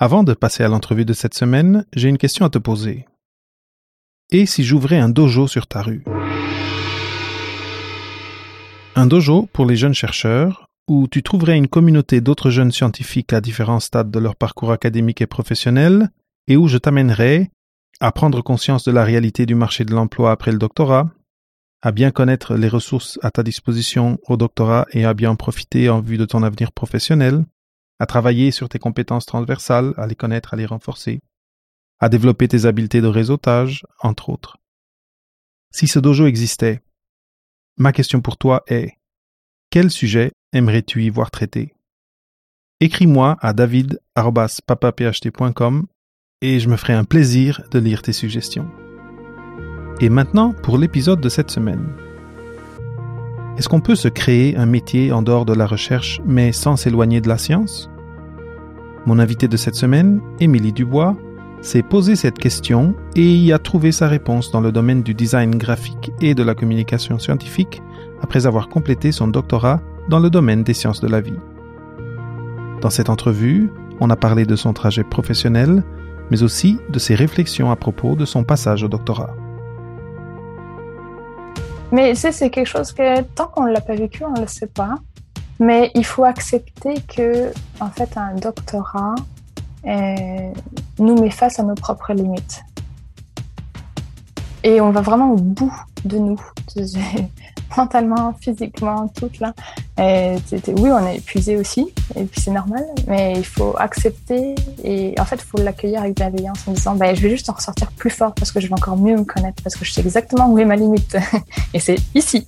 Avant de passer à l'entrevue de cette semaine, j'ai une question à te poser. Et si j'ouvrais un dojo sur ta rue? Un dojo pour les jeunes chercheurs, où tu trouverais une communauté d'autres jeunes scientifiques à différents stades de leur parcours académique et professionnel, et où je t'amènerais à prendre conscience de la réalité du marché de l'emploi après le doctorat, à bien connaître les ressources à ta disposition au doctorat et à bien en profiter en vue de ton avenir professionnel, à travailler sur tes compétences transversales, à les connaître, à les renforcer, à développer tes habiletés de réseautage, entre autres. Si ce dojo existait, ma question pour toi est: quel sujet aimerais-tu y voir traité? Écris-moi à david@papaphd.com et je me ferai un plaisir de lire tes suggestions. Et maintenant, pour l'épisode de cette semaine. Est-ce qu'on peut se créer un métier en dehors de la recherche, mais sans s'éloigner de la science? Mon invité de cette semaine, Émilie Dubois, s'est posé cette question et y a trouvé sa réponse dans le domaine du design graphique et de la communication scientifique après avoir complété son doctorat dans le domaine des sciences de la vie. Dans cette entrevue, on a parlé de son trajet professionnel, mais aussi de ses réflexions à propos de son passage au doctorat. Mais c'est quelque chose que tant qu'on ne l'a pas vécu, on ne le sait pas. Mais il faut accepter que, en fait, un doctorat nous met face à nos propres limites. Et on va vraiment au bout de nous, mentalement, physiquement, tout là. Oui, on est épuisé aussi, et puis c'est normal, mais il faut accepter et en fait, il faut l'accueillir avec bienveillance en disant je vais juste en ressortir plus fort parce que je vais encore mieux me connaître, parce que je sais exactement où est ma limite. Et c'est ici.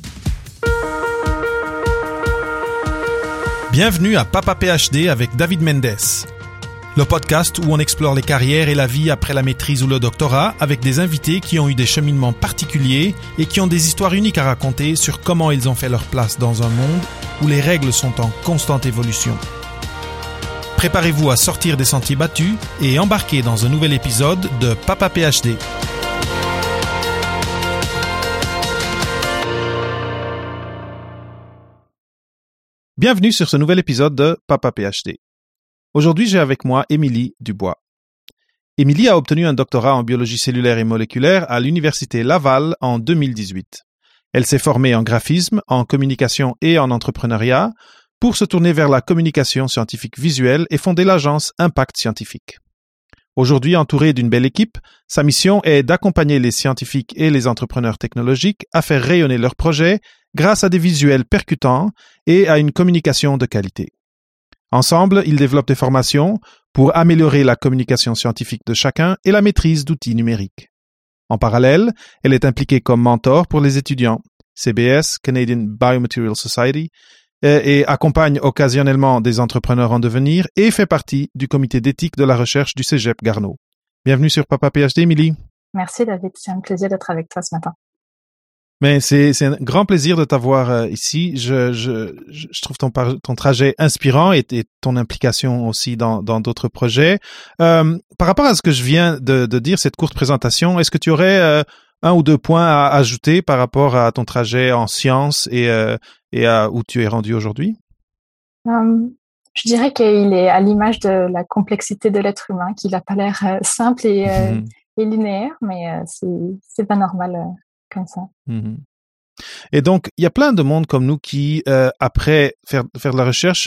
Bienvenue à Papa PhD avec David Mendes, le podcast où on explore les carrières et la vie après la maîtrise ou le doctorat avec des invités qui ont eu des cheminements particuliers et qui ont des histoires uniques à raconter sur comment ils ont fait leur place dans un monde où les règles sont en constante évolution. Préparez-vous à sortir des sentiers battus et embarquer dans un nouvel épisode de Papa PhD. Bienvenue sur ce nouvel épisode de Papa PhD. Aujourd'hui, j'ai avec moi Émilie Dubois. Émilie a obtenu un doctorat en biologie cellulaire et moléculaire à l'Université Laval en 2018. Elle s'est formée en graphisme, en communication et en entrepreneuriat pour se tourner vers la communication scientifique visuelle et fonder l'agence Impact Scientifique. Aujourd'hui, entourée d'une belle équipe, sa mission est d'accompagner les scientifiques et les entrepreneurs technologiques à faire rayonner leurs projets grâce à des visuels percutants et à une communication de qualité. Ensemble, ils développent des formations pour améliorer la communication scientifique de chacun et la maîtrise d'outils numériques. En parallèle, elle est impliquée comme mentor pour les étudiants, CBS, Canadian Biomaterial Society, et accompagne occasionnellement des entrepreneurs en devenir et fait partie du comité d'éthique de la recherche du Cégep Garneau. Bienvenue sur Papa PhD, Émilie. Merci David, c'est un plaisir d'être avec toi ce matin. Mais c'est un grand plaisir de t'avoir ici. Je trouve ton trajet inspirant et ton implication aussi dans d'autres projets. Par rapport à ce que je viens de dire, cette courte présentation, est-ce que tu aurais un ou deux points à ajouter par rapport à ton trajet en sciences et à où tu es rendu aujourd'hui? Je dirais qu'il est à l'image de la complexité de l'être humain, qu'il n'a pas l'air simple et linéaire, mais c'est pas normal comme ça. Et donc, il y a plein de monde comme nous qui, après faire de la recherche,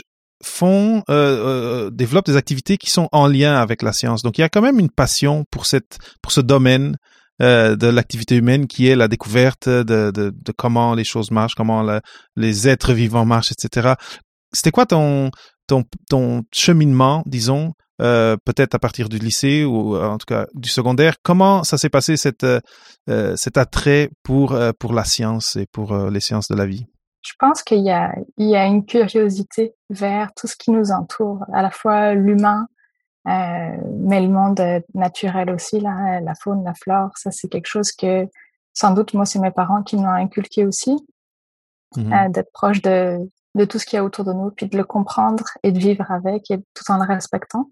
développent des activités qui sont en lien avec la science. Donc, il y a quand même une passion pour ce domaine de l'activité humaine qui est la découverte de comment les choses marchent, comment les êtres vivants marchent, etc. C'était quoi ton cheminement, disons, peut-être à partir du lycée ou en tout cas du secondaire? Comment ça s'est passé cet attrait pour la science et pour les sciences de la vie? Je pense qu'il y a une curiosité vers tout ce qui nous entoure, à la fois l'humain, mais le monde naturel aussi, là, la faune, la flore. Ça, c'est quelque chose que sans doute moi, c'est mes parents qui m'ont inculqué aussi, d'être proche de tout ce qu'il y a autour de nous, puis de le comprendre et de vivre avec, et tout en le respectant.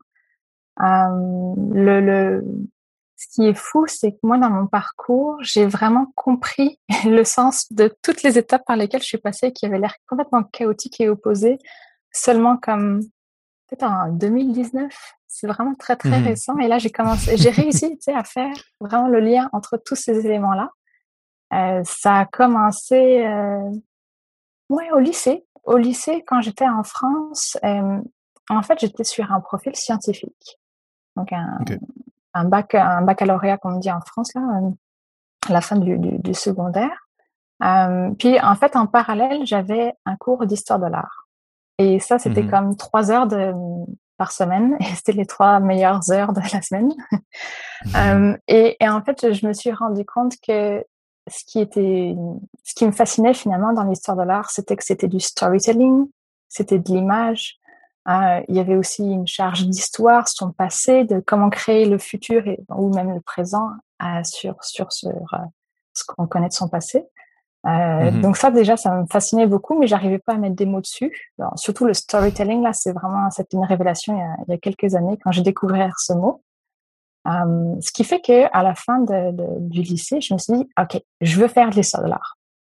Ce qui est fou, c'est que moi, dans mon parcours, j'ai vraiment compris le sens de toutes les étapes par lesquelles je suis passée, qui avaient l'air complètement chaotiques et opposées, seulement comme peut-être en 2019. C'est vraiment très, très récent. Et là, j'ai réussi, tu sais, à faire vraiment le lien entre tous ces éléments-là. Ça a commencé, au lycée. Au lycée, quand j'étais en France, en fait, j'étais sur un profil scientifique. Donc, un baccalauréat, comme on dit en France, là, à la fin du secondaire. Puis, en fait, en parallèle, j'avais un cours d'histoire de l'art. Et ça, c'était comme 3 heures par semaine. Et c'était les 3 meilleures heures de la semaine. Et en fait, je me suis rendu compte que ce qui me fascinait finalement dans l'histoire de l'art, c'était que c'était du storytelling, c'était de l'image. Il y avait aussi une charge d'histoire, son passé, de comment créer le futur ou même le présent sur ce qu'on connaît de son passé. Donc ça, déjà, ça me fascinait beaucoup, mais j'arrivais pas à mettre des mots dessus. Alors, surtout le storytelling, là, c'était une révélation il y a quelques années quand j'ai découvert ce mot. Ce qui fait que à la fin du lycée, je me suis dit, OK, je veux faire de l'histoire de l'art.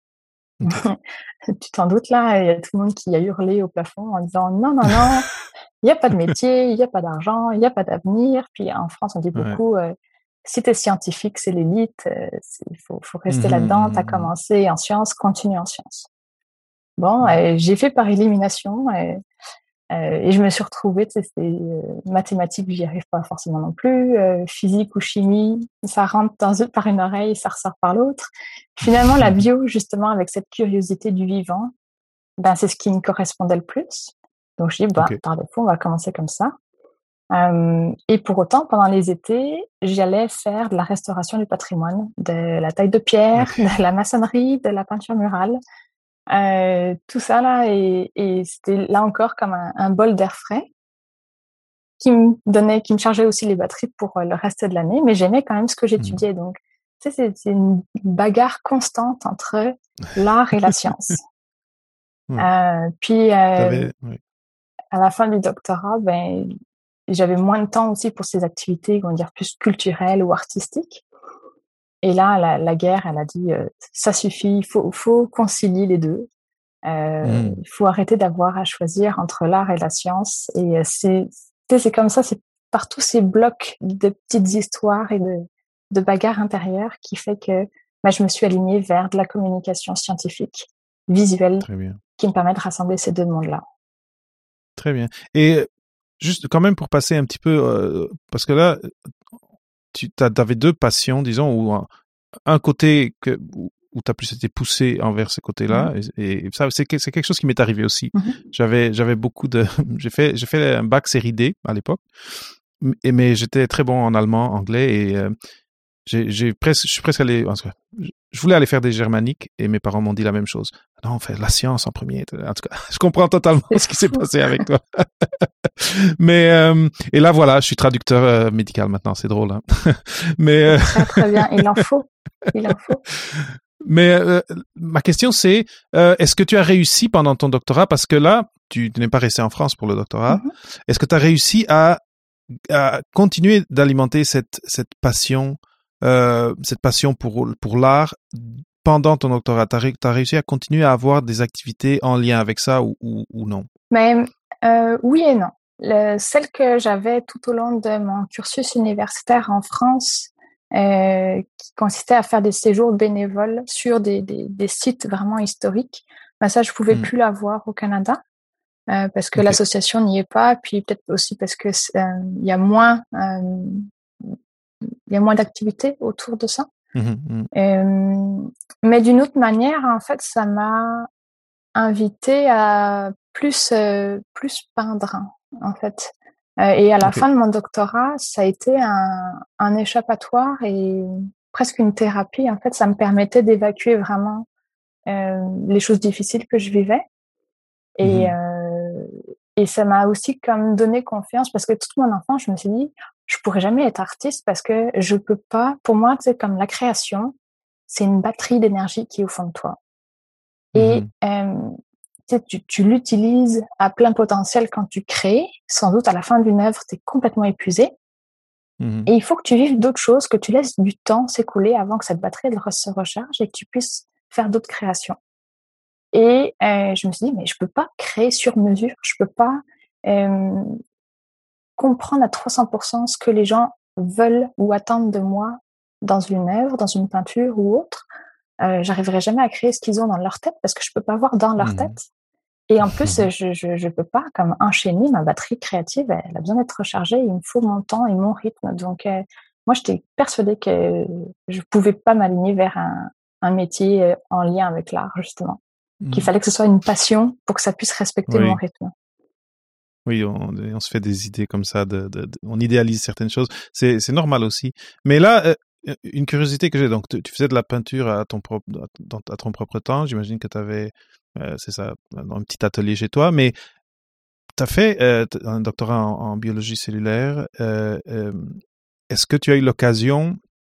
Tu t'en doutes, là, il y a tout le monde qui a hurlé au plafond en disant, non, non, non, il n'y a pas de métier, il n'y a pas d'argent, il n'y a pas d'avenir. Puis en France, on dit beaucoup, si t'es scientifique, c'est l'élite, il faut rester là-dedans, t'as commencé en sciences, continue en sciences. Bon, j'ai fait par élimination, et je me suis retrouvée, tu sais, mathématiques, j'y arrive pas forcément non plus, physique ou chimie, ça rentre par une oreille, ça ressort par l'autre. Finalement, la bio, justement, avec cette curiosité du vivant, ben, c'est ce qui me correspondait le plus. Donc, je dis, par défaut, on va commencer comme ça. Et pour autant, pendant les étés, j'allais faire de la restauration du patrimoine, de la taille de pierre, de la maçonnerie, de la peinture murale. Tout ça là, et c'était là encore comme un bol d'air frais qui me chargeait aussi les batteries pour le reste de l'année, mais j'aimais quand même ce que j'étudiais. Donc, tu sais, c'est une bagarre constante entre l'art et la science. Puis, à la fin du doctorat, ben, j'avais moins de temps aussi pour ces activités, on va dire, plus culturelles ou artistiques. Et là, la guerre, elle a dit, ça suffit, il faut concilier les deux. Il faut arrêter d'avoir à choisir entre l'art et la science. Et c'est comme ça, c'est par tous ces blocs de petites histoires et de bagarres intérieures qui fait que je me suis alignée vers de la communication scientifique, visuelle, qui me permet de rassembler ces deux mondes-là. Très bien. Et juste quand même pour passer un petit peu, parce que là, tu avais 2 passions, disons, ou un côté où tu as plus été poussé envers ce côté-là, et ça, c'est quelque chose qui m'est arrivé aussi. J'avais beaucoup j'ai fait un bac série D à l'époque, mais j'étais très bon en allemand, anglais, et je suis presque allé, en tout cas, je voulais aller faire des germaniques, et mes parents m'ont dit la même chose. Non, on fait la science en premier. En tout cas, je comprends totalement ce qui s'est passé avec toi. Mais et là, voilà, je suis traducteur médical maintenant. C'est drôle, hein. Mais très très bien. Il en faut. Mais ma question c'est, est-ce que tu as réussi pendant ton doctorat, parce que là, tu n'es pas resté en France pour le doctorat. Est-ce que tu as réussi à continuer d'alimenter cette passion pour l'art pendant ton doctorat? T'as réussi à continuer à avoir des activités en lien avec ça ou non? Mais oui et non. Celle que j'avais tout au long de mon cursus universitaire en France, qui consistait à faire des séjours bénévoles sur des sites vraiment historiques, ça je pouvais plus l'avoir au Canada, parce que l'association n'y est pas, puis peut-être aussi parce que il y a moins d'activités autour de ça. Mais d'une autre manière, en fait, ça m'a invité à plus peindre, en fait. Et à la fin de mon doctorat, ça a été un échappatoire et presque une thérapie. En fait, ça me permettait d'évacuer vraiment les choses difficiles que je vivais. Et ça m'a aussi comme donné confiance, parce que toute mon enfance, je me suis dit, je pourrais jamais être artiste parce que je peux pas. Pour moi, c'est comme la création, c'est une batterie d'énergie qui est au fond de toi. Et tu l'utilises à plein potentiel quand tu crées. Sans doute, à la fin d'une œuvre, tu es complètement épuisé. Et il faut que tu vives d'autres choses, que tu laisses du temps s'écouler avant que cette batterie elle se recharge et que tu puisses faire d'autres créations. Et je me suis dit, mais je peux pas créer sur mesure. Je peux pas comprendre à 300% ce que les gens veulent ou attendent de moi dans une œuvre, dans une peinture ou autre. J'arriverai jamais à créer ce qu'ils ont dans leur tête parce que je peux pas voir dans leur tête. Et en plus, je peux pas comme enchaîner ma batterie créative. Elle a besoin d'être rechargée. Il me faut mon temps et mon rythme. Donc, moi, j'étais persuadée que je pouvais pas m'aligner vers un métier en lien avec l'art, justement. Qu'il fallait que ce soit une passion pour que ça puisse respecter mon rythme. Oui, on se fait des idées comme ça, on idéalise certaines choses. C'est normal aussi. Mais là, une curiosité que j'ai, donc tu faisais de la peinture à ton propre temps. J'imagine que tu avais, c'est ça, un petit atelier chez toi. Mais tu as fait un doctorat en biologie cellulaire. Est-ce que tu as eu l'occasion,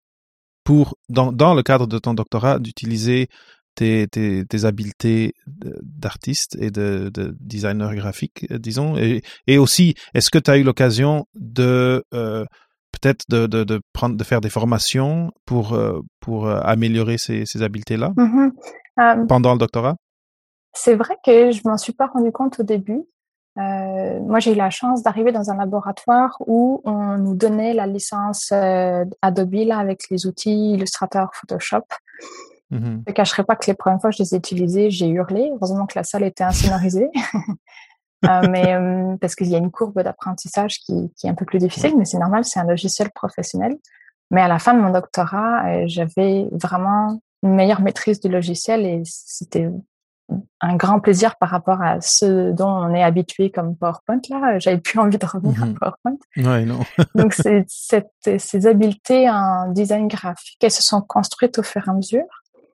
dans le cadre de ton doctorat, d'utiliser tes habiletés d'artiste et de designer graphique, disons, et aussi, est-ce que tu as eu l'occasion de peut-être de faire des formations pour améliorer ces habiletés-là pendant le doctorat? C'est vrai que je m'en suis pas rendu compte au début. Moi, j'ai eu la chance d'arriver dans un laboratoire où on nous donnait la licence Adobe là, avec les outils Illustrator, Photoshop. Je ne cacherai pas que les premières fois que je les ai utilisés, j'ai hurlé. Heureusement que la salle était insonorisée. Mais parce qu'il y a une courbe d'apprentissage qui est un peu plus difficile, mais c'est normal, c'est un logiciel professionnel. Mais à la fin de mon doctorat, j'avais vraiment une meilleure maîtrise du logiciel et c'était un grand plaisir par rapport à ce dont on est habitué comme PowerPoint. Là, j'avais plus envie de revenir à PowerPoint. Ouais, non. Donc, ces habiletés en design graphique, elles se sont construites au fur et à mesure.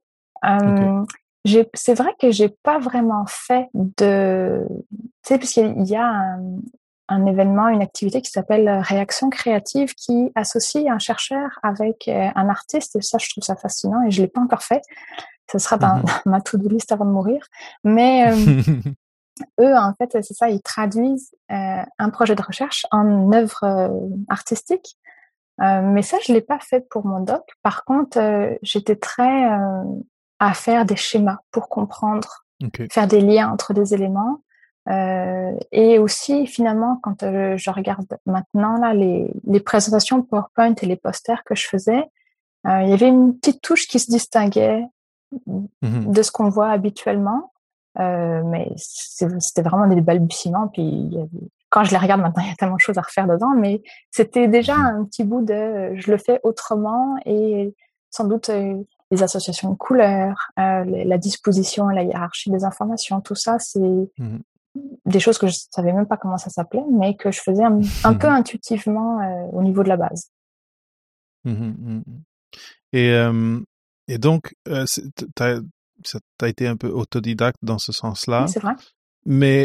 Okay. C'est vrai que j'ai pas vraiment fait tu sais, puisqu'il y a un événement, une activité qui s'appelle Réaction créative qui associe un chercheur avec un artiste et ça, je trouve ça fascinant et je l'ai pas encore fait. Ce sera dans ma to-do list avant de mourir. Mais eux, en fait, c'est ça, ils traduisent un projet de recherche en œuvre artistique. Mais ça, je l'ai pas fait pour mon doc. Par contre, j'étais très à faire des schémas pour comprendre, faire des liens entre des éléments. Et aussi, finalement, quand je regarde maintenant là les présentations PowerPoint et les posters que je faisais, il y avait une petite touche qui se distinguait de ce qu'on voit habituellement. Mais c'était vraiment des balbutiements. Puis quand je les regarde maintenant, il y a tellement de choses à refaire dedans. Mais c'était déjà un petit bout de je le fais autrement et sans doute les associations de couleurs, la disposition, la hiérarchie des informations, tout ça, c'est des choses que je savais même pas comment ça s'appelait, mais que je faisais un peu intuitivement au niveau de la base. Et donc, t'as été un peu autodidacte dans ce sens-là. Oui, c'est vrai. Mais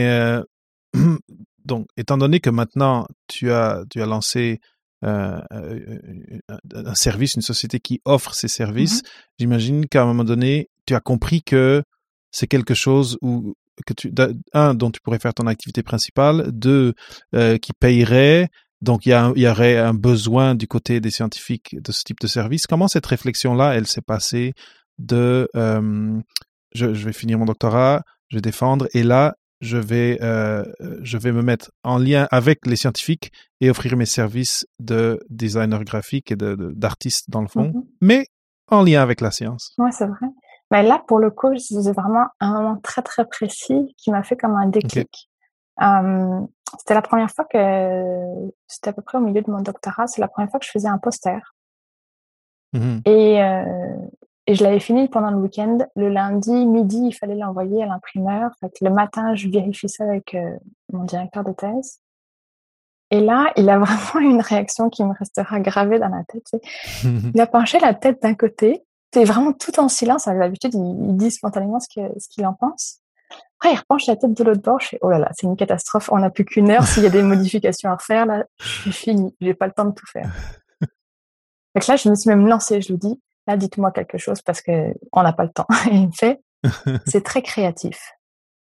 donc, étant donné que maintenant tu as lancé un service, une société qui offre ces services, j'imagine qu'à un moment donné, tu as compris que c'est quelque chose dont tu pourrais faire ton activité principale, qui payerait. Donc, il y aurait un besoin du côté des scientifiques de ce type de service. Comment cette réflexion-là, elle s'est passée je vais finir mon doctorat, je vais défendre, et là, je vais me mettre en lien avec les scientifiques et offrir mes services de designer graphique et d'artiste dans le fond, mais en lien avec la science. Ouais, c'est vrai. Mais là, pour le coup, c'est vraiment un moment très, très précis qui m'a fait comme un déclic. C'était la première fois c'était à peu près au milieu de mon doctorat, c'est la première fois que je faisais un poster. Et je l'avais fini pendant le week-end. Le lundi, midi, il fallait l'envoyer à l'imprimeur. Fait que le matin, je vérifie ça avec mon directeur de thèse. Et là, il a vraiment une réaction qui me restera gravée dans la tête. Il a penché la tête d'un côté. C'est vraiment tout en silence. À l'habitude, il dit spontanément ce qu'il en pense. Après, il repenche la tête de l'autre bord. Je fais, oh là là, c'est une catastrophe. On n'a plus qu'une heure. S'il y a des modifications à refaire, là, je suis finie. J'ai pas le temps de tout faire. Donc là, je me suis même lancée. Je lui dis, là, dites-moi quelque chose parce que on n'a pas le temps. Et il me fait, c'est très créatif.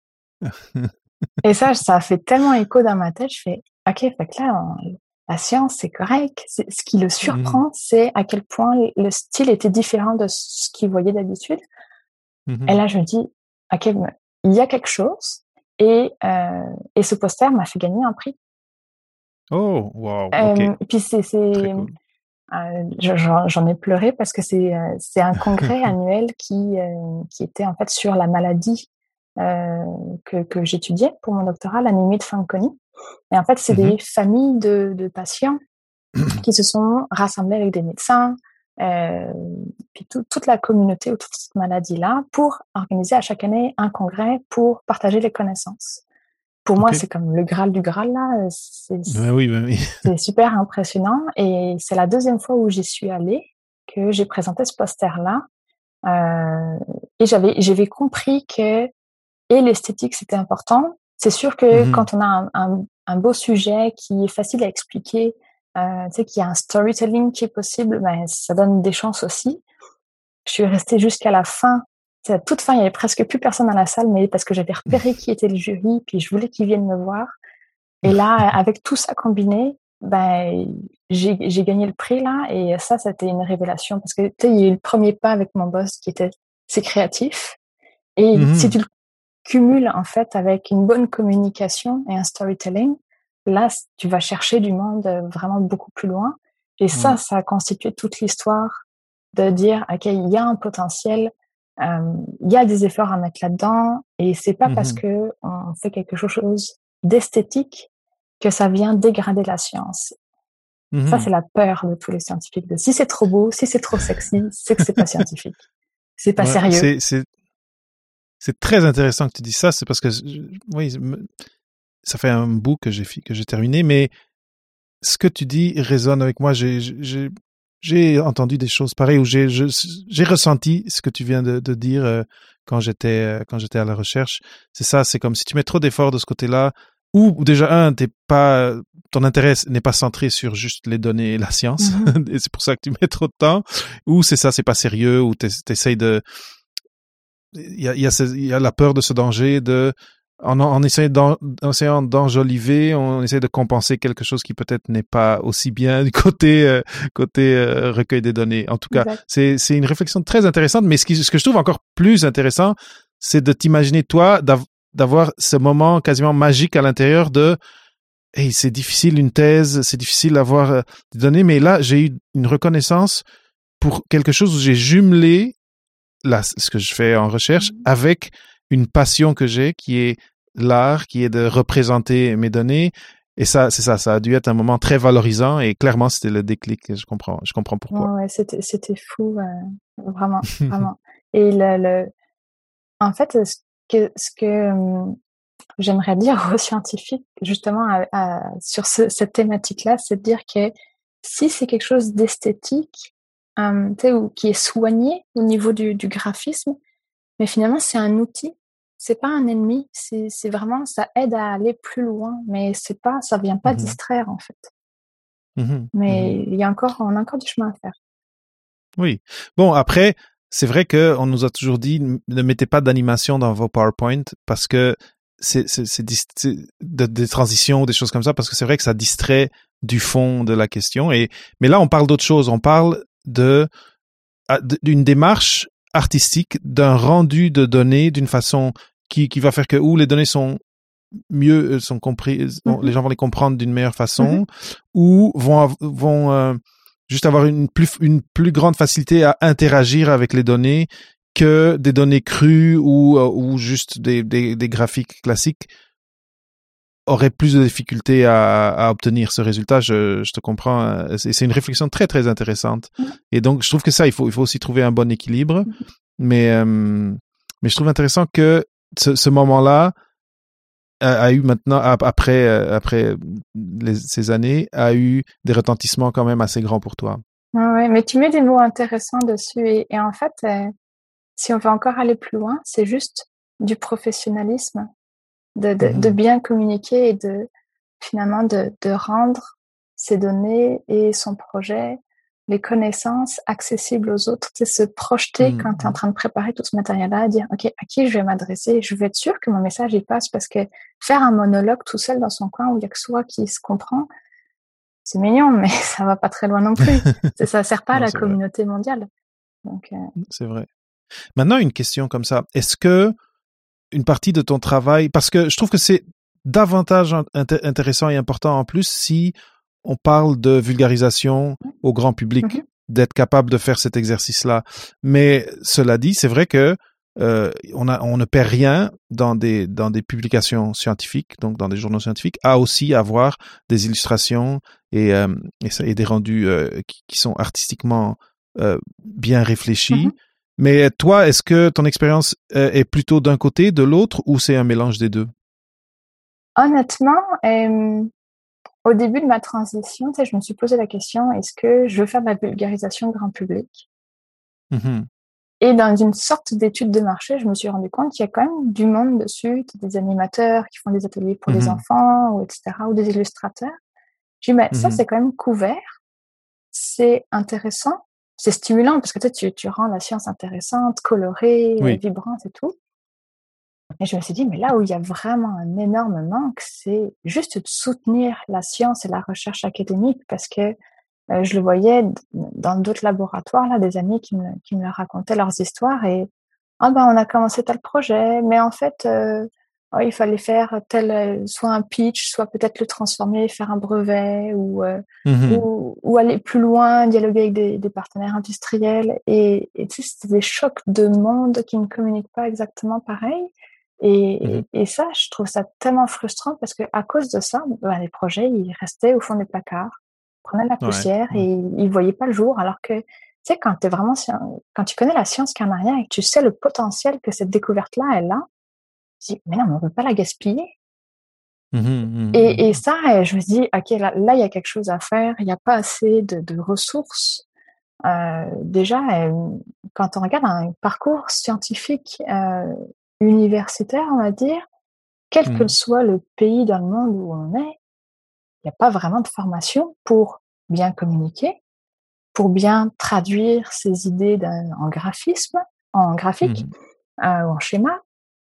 Et ça a fait tellement écho dans ma tête. Je fais, ok, fait que là, la science, c'est correct. Ce qui le surprend, c'est à quel point le style était différent de ce qu'il voyait d'habitude. Et là, je me dis, ok, il y a quelque chose. Et ce poster m'a fait gagner un prix. Oh, wow, ok. Et puis Très cool. j'en ai pleuré parce que c'est un congrès annuel qui était en fait sur la maladie que j'étudiais pour mon doctorat, l'anémie de Fanconi. Et en fait, c'est des familles de patients qui se sont rassemblés avec des médecins, puis toute la communauté autour de cette maladie-là pour organiser à chaque année un congrès pour partager les connaissances. Pour moi, c'est comme le Graal du Graal, là. Oui. C'est super impressionnant. Et c'est la deuxième fois où j'y suis allée que j'ai présenté ce poster-là. Et j'avais compris que, et l'esthétique, c'était important. C'est sûr que quand on a un beau sujet qui est facile à expliquer, tu sais, qu'il y a un storytelling qui est possible, ben, ça donne des chances aussi. Je suis restée jusqu'à la fin. C'est à toute fin, il y avait presque plus personne dans la salle, mais parce que j'avais repéré qui était le jury, puis je voulais qu'ils viennent me voir. Et là, avec tout ça combiné, ben, j'ai gagné le prix, là, et ça, c'était une révélation, parce que, tu sais, il y a eu le premier pas avec mon boss qui était, c'est créatif. Et si tu le cumules, en fait, avec une bonne communication et un storytelling, là, tu vas chercher du monde vraiment beaucoup plus loin. Et ça a constitué toute l'histoire de dire, OK, il y a un potentiel, il y a des efforts à mettre là-dedans, et c'est pas parce que on fait quelque chose d'esthétique que ça vient dégrader la science. Ça, c'est la peur de tous les scientifiques. De si c'est trop beau, si c'est trop sexy, c'est que c'est pas scientifique. C'est pas sérieux. C'est très intéressant que tu dis ça. C'est parce que, oui, ça fait un bout que j'ai terminé, mais ce que tu dis résonne avec moi. J'ai entendu des choses pareilles, ou j'ai ressenti ce que tu viens de dire quand j'étais à la recherche. C'est ça, c'est comme si tu mets trop d'efforts de ce côté-là, ou déjà ton intérêt n'est pas centré sur juste les données et la science, et c'est pour ça que tu mets trop de temps, ou c'est pas sérieux, ou t'essayes de, il y a la peur de ce danger en essayant d'enjoliver, on essaie de compenser quelque chose qui peut-être n'est pas aussi bien du côté recueil des données. En tout cas, c'est une réflexion très intéressante, mais ce que je trouve encore plus intéressant, c'est de t'imaginer toi d'avoir ce moment quasiment magique à l'intérieur de hey, c'est difficile une thèse, c'est difficile d'avoir des données, mais là j'ai eu une reconnaissance pour quelque chose où j'ai jumelé ce que je fais en recherche avec une passion que j'ai, qui est l'art, qui est de représenter mes données. Et ça a dû être un moment très valorisant, et clairement, c'était le déclic. Je comprends pourquoi. Ouais, c'était fou, vraiment, vraiment. Et en fait, ce que j'aimerais dire aux scientifiques, justement, sur cette thématique-là, c'est de dire que si c'est quelque chose d'esthétique, tu sais, ou qui est soigné au niveau du graphisme, mais finalement, c'est un outil. C'est pas un ennemi. C'est vraiment, ça aide à aller plus loin, mais ça vient pas distraire, en fait. Mais on a encore du chemin à faire. Oui. Bon, après, c'est vrai que on nous a toujours dit, ne mettez pas d'animation dans vos PowerPoint parce que c'est des transitions ou des choses comme ça, parce que c'est vrai que ça distrait du fond de la question. Mais là, on parle d'autre chose. On parle d'une démarche artistique, d'un rendu de données d'une façon qui va faire que les données sont mieux, sont comprises, les gens vont les comprendre d'une meilleure façon, ou vont juste avoir une plus grande facilité à interagir avec les données que des données crues ou juste des graphiques classiques auraient plus de difficultés à obtenir ce résultat. Je te comprends. C'est une réflexion très, très intéressante. Et donc, je trouve que il faut aussi trouver un bon équilibre. Mais je trouve intéressant que ce moment-là a eu maintenant, après ces années, a eu des retentissements quand même assez grands pour toi. Ouais, mais tu mets des mots intéressants dessus. Et en fait, si on veut encore aller plus loin, c'est juste du professionnalisme, de bien communiquer et finalement de rendre ces données et son projet, les connaissances accessibles aux autres, c'est se projeter quand tu es en train de préparer tout ce matériel-là, dire OK, à qui je vais m'adresser, je veux être sûr que mon message y passe, parce que faire un monologue tout seul dans son coin où il y a que soi qui se comprend, c'est mignon, mais ça va pas très loin non plus. Ça sert pas à la communauté mondiale. Donc c'est vrai. Maintenant, une question comme ça, est-ce que une partie de ton travail, parce que je trouve que c'est davantage intéressant et important en plus si on parle de vulgarisation au grand public, d'être capable de faire cet exercice-là. Mais cela dit, c'est vrai que on ne perd rien dans des publications scientifiques, donc dans des journaux scientifiques, à aussi avoir des illustrations et des rendus qui sont artistiquement bien réfléchis. Mais toi, est-ce que ton expérience est plutôt d'un côté, de l'autre, ou c'est un mélange des deux? Honnêtement, au début de ma transition, je me suis posé la question, est-ce que je veux faire de la vulgarisation grand public? Et dans une sorte d'étude de marché, je me suis rendu compte qu'il y a quand même du monde dessus, des animateurs qui font des ateliers pour les enfants, ou etc., ou des illustrateurs. J'ai dit, ça, c'est quand même couvert. C'est intéressant. C'est stimulant parce que tu rends la science intéressante, colorée, vibrante et tout. Et je me suis dit, mais là où il y a vraiment un énorme manque, c'est juste de soutenir la science et la recherche académique parce que je le voyais dans d'autres laboratoires, là, des amis qui me racontaient leurs histoires et on a commencé tel projet, mais en fait, il fallait faire soit un pitch, soit peut-être le transformer, faire un brevet ou aller plus loin, dialoguer avec des partenaires industriels et tu sais, c'était des chocs de monde qui ne communiquent pas exactement pareil. Et ça, je trouve ça tellement frustrant parce que à cause de ça, les projets, ils restaient au fond des placards, prenaient la poussière et ils voyaient pas le jour. Alors que, tu sais, quand tu connais la science qu'il y en a rien et que tu sais le potentiel que cette découverte-là, elle a, tu dis, mais non, mais on peut pas la gaspiller. Et ça, je me dis, ok, là, il y a quelque chose à faire. Il n'y a pas assez de ressources. Déjà, quand on regarde un parcours scientifique universitaire, on va dire, quel que soit le pays dans le monde où on est, il n'y a pas vraiment de formation pour bien communiquer, pour bien traduire ses idées en graphique ou en schéma.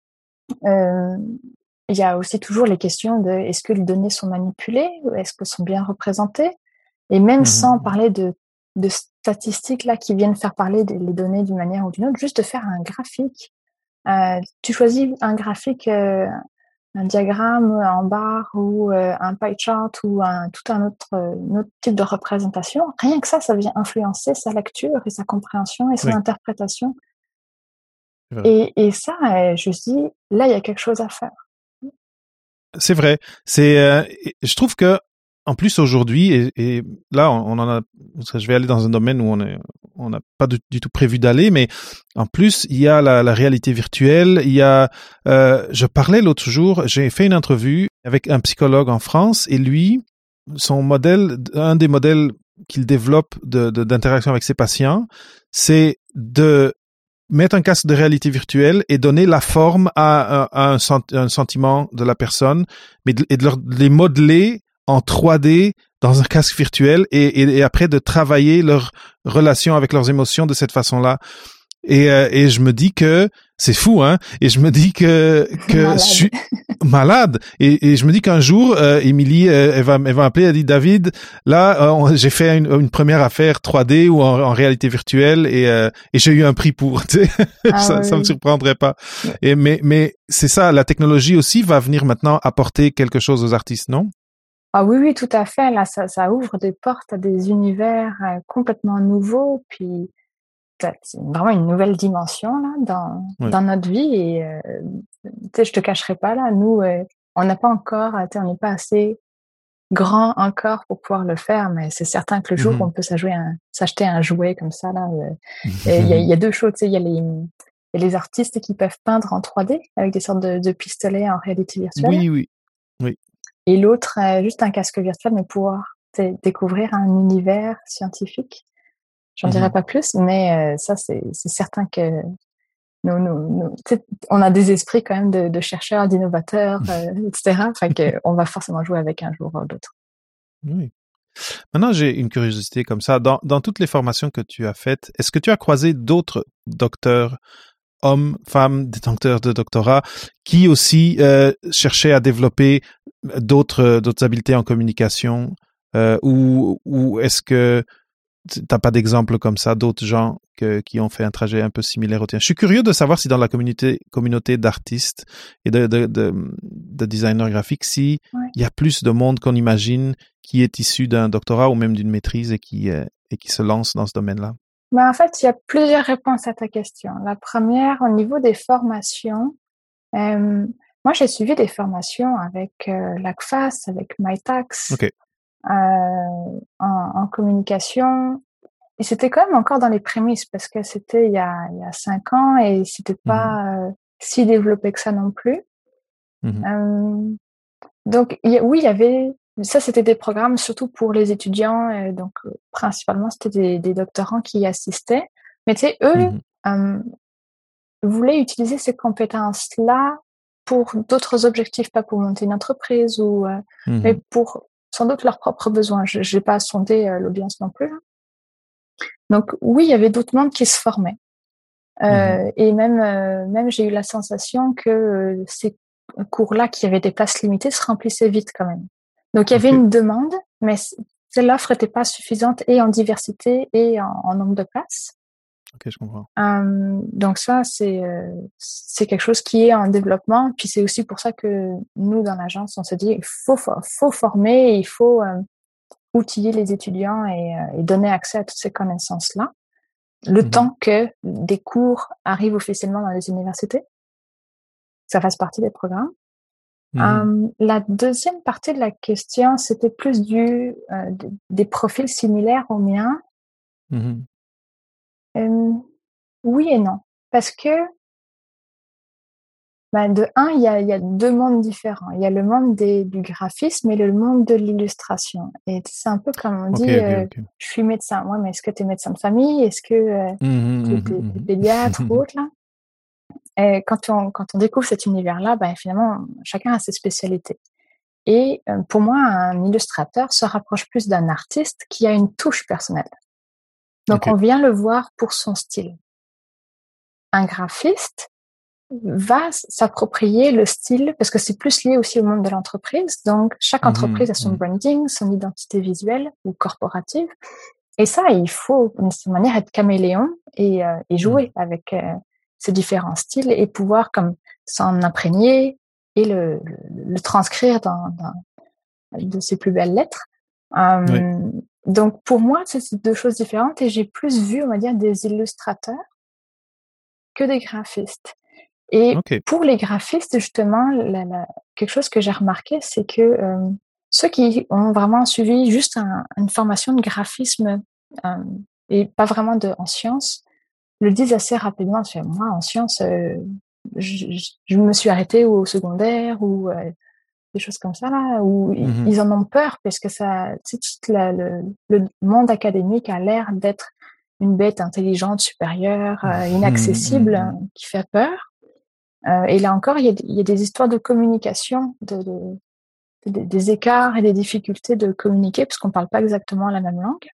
Il y a aussi toujours les questions de est-ce que les données sont manipulées ou est-ce qu'elles sont bien représentées? Et même sans parler de statistiques là qui viennent faire parler les données d'une manière ou d'une autre, juste de faire un graphique. Tu choisis un graphique, un diagramme en barre ou un pie chart ou tout un autre type de représentation. Rien que ça vient influencer sa lecture et sa compréhension et son interprétation. Et ça, je me dis, là, il y a quelque chose à faire. C'est vrai. Je trouve que en plus aujourd'hui, et là on en a, je vais aller dans un domaine où on n'a pas du tout prévu d'aller, mais en plus il y a la réalité virtuelle. Il y a, je parlais l'autre jour, j'ai fait une entrevue avec un psychologue en France et lui, son modèle, un des modèles qu'il développe d'interaction avec ses patients, c'est de mettre un casque de réalité virtuelle et donner la forme à un sentiment de la personne, mais de les modeler en 3D dans un casque virtuel et après de travailler leur relation avec leurs émotions de cette façon-là. Et je me dis que c'est fou, hein. Et je me dis que je suis malade. Et je me dis qu'un jour, Émilie, elle va appeler, elle dit David, là, j'ai fait une première affaire 3D ou en réalité virtuelle et j'ai eu un prix pour. Tu sais, ça me surprendrait pas. Mais c'est ça, la technologie aussi va venir maintenant apporter quelque chose aux artistes, non? Ah oui, tout à fait. Là, ça ouvre des portes à des univers complètement nouveaux, puis c'est vraiment une nouvelle dimension là dans notre vie. Et tu sais, je te cacherai pas là, nous, on n'a pas encore, on n'est pas assez grand encore pour pouvoir le faire, mais c'est certain que le jour où on peut s'acheter un jouet comme ça là, il y a deux choses. Tu sais, il y a les artistes qui peuvent peindre en 3D avec des sortes de pistolets en réalité virtuelle. Oui. Et l'autre, juste un casque virtuel, mais pouvoir découvrir un univers scientifique. J'en dirai pas plus, mais ça, c'est certain que on a des esprits quand même de chercheurs, d'innovateurs, etc. Enfin, qu'on va forcément jouer avec un jour ou l'autre. Oui. Maintenant, j'ai une curiosité comme ça. Dans toutes les formations que tu as faites, est-ce que tu as croisé d'autres docteurs, hommes, femmes, des docteurs de doctorat, qui aussi cherchaient à développer d'autres habiletés en communication, ou est-ce que t'as pas d'exemple comme ça d'autres gens qui ont fait un trajet un peu similaire au tien? Je suis curieux de savoir si dans la communauté d'artistes et de designers graphiques, si il y a plus de monde qu'on imagine qui est issu d'un doctorat ou même d'une maîtrise et qui se lance dans ce domaine-là. En fait, il y a plusieurs réponses à ta question. La première, au niveau des formations, moi, j'ai suivi des formations avec l'ACFAS, avec MyTax, Okay. en communication. Et c'était quand même encore dans les prémices parce que c'était il y a 5 ans et c'était pas si développé que ça non plus. Donc, oui, il y avait... Ça, c'était des programmes surtout pour les étudiants. Donc, principalement, c'était des doctorants qui y assistaient. Mais tu sais, eux voulaient utiliser ces compétences-là pour d'autres objectifs, pas pour monter une entreprise mais pour sans doute leurs propres besoins. Je n'ai pas sondé l'audience non plus. Donc oui, il y avait d'autres mondes qui se formaient. Et même j'ai eu la sensation que ces cours-là, qui avaient des places limitées, se remplissaient vite quand même. Donc il y avait une demande, mais l'offre n'était pas suffisante et en diversité et en nombre de places. Ok, je comprends. Donc ça, c'est quelque chose qui est en développement. Puis c'est aussi pour ça que nous, dans l'agence, on se dit il faut former, il faut outiller les étudiants et donner accès à toutes ces connaissances-là. Le temps que des cours arrivent officiellement dans les universités, que ça fasse partie des programmes. La deuxième partie de la question, c'était plus des profils similaires aux miens. Oui et non. Parce que, de un, il y a deux mondes différents. Il y a le monde du graphisme et le monde de l'illustration. Et c'est un peu comme on dit, je suis médecin. Ouais, mais est-ce que tu es médecin de famille? Est-ce que tu es pédiatre ou autre, là? Et quand on découvre cet univers-là, finalement, chacun a ses spécialités. Et pour moi, un illustrateur se rapproche plus d'un artiste qui a une touche personnelle. Donc, on vient le voir pour son style. Un graphiste va s'approprier le style parce que c'est plus lié aussi au monde de l'entreprise. Donc, chaque entreprise a son branding, son identité visuelle ou corporative. Et ça, il faut d'une certaine manière être caméléon et jouer avec ces différents styles et pouvoir comme s'en imprégner et le transcrire de ses plus belles lettres. Donc, pour moi, c'est deux choses différentes et j'ai plus vu, on va dire, des illustrateurs que des graphistes. Et pour les graphistes, justement, quelque chose que j'ai remarqué, c'est que ceux qui ont vraiment suivi juste une formation de graphisme et pas vraiment en sciences, le disent assez rapidement. Moi, en sciences, je me suis arrêtée au secondaire ou des choses comme ça, là, où ils en ont peur parce que ça, tout le monde académique a l'air d'être une bête intelligente, supérieure, inaccessible, qui fait peur. Et là encore, il y a des histoires de communication, des écarts et des difficultés de communiquer parce qu'on parle pas exactement la même langue.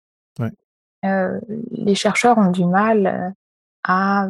Les chercheurs ont du mal à